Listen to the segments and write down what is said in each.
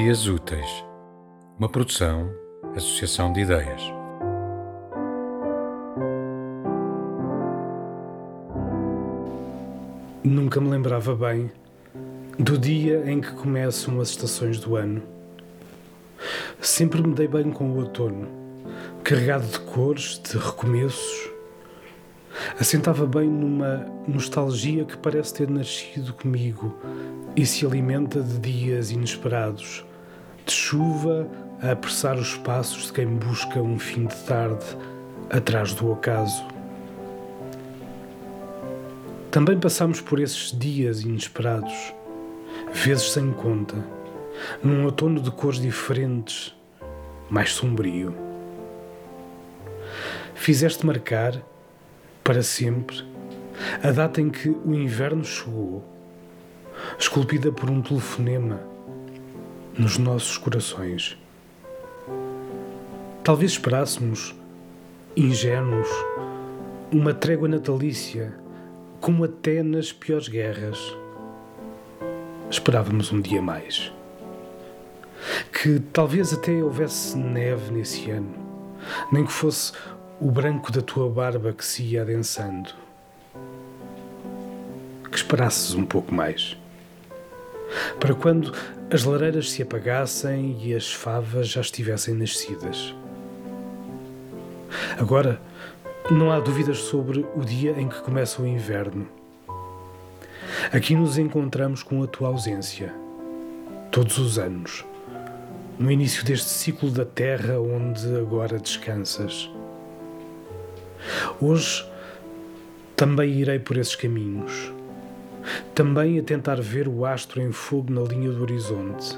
Dias Úteis, uma produção, associação de ideias. Nunca me lembrava bem do dia em que começam as estações do ano. Sempre me dei bem com o outono, carregado de cores, de recomeços. Assentava bem numa nostalgia que parece ter nascido comigo e se alimenta de dias inesperados, de chuva a apressar os passos de quem busca um fim de tarde atrás do ocaso. Também passamos por esses dias inesperados, vezes sem conta, num outono de cores diferentes, mais sombrio. Fizeste marcar, para sempre, a data em que o inverno chegou, esculpida por um telefonema nos nossos corações. Talvez esperássemos, ingênuos, uma trégua natalícia, como até nas piores guerras. Esperávamos um dia mais. Que talvez até houvesse neve nesse ano, nem que fosse o branco da tua barba que se ia adensando. Que esperasses um pouco mais. Para quando as lareiras se apagassem e as favas já estivessem nascidas. Agora, não há dúvidas sobre o dia em que começa o inverno. Aqui nos encontramos com a tua ausência, todos os anos, no início deste ciclo da terra onde agora descansas. Hoje também irei por esses caminhos, também a tentar ver o astro em fogo na linha do horizonte.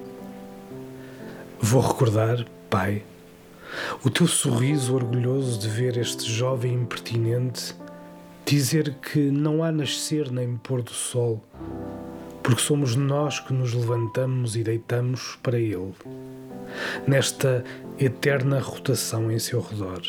Vou recordar, Pai, o teu sorriso orgulhoso de ver este jovem impertinente dizer que não há nascer nem pôr do sol, porque somos nós que nos levantamos e deitamos para ele, nesta eterna rotação em seu redor.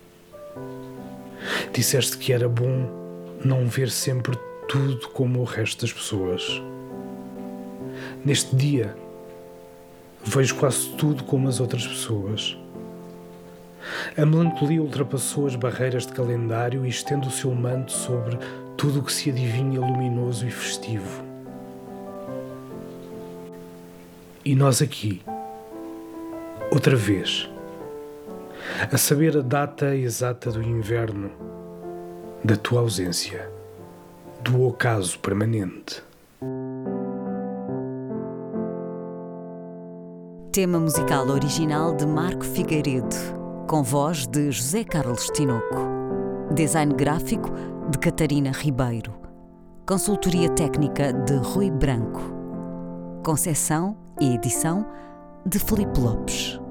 Disseste que era bom não ver sempre tudo como o resto das pessoas. Neste dia, vejo quase tudo como as outras pessoas. A melancolia ultrapassou as barreiras de calendário e estende o seu manto sobre tudo o que se adivinha luminoso e festivo. E nós aqui, outra vez, a saber a data exata do inverno, da tua ausência, do ocaso permanente. Tema musical original de Marco Figueiredo, com voz de José Carlos Tinoco. Design gráfico de Catarina Ribeiro. Consultoria técnica de Rui Branco. Conceção e edição de Filipe Lopes.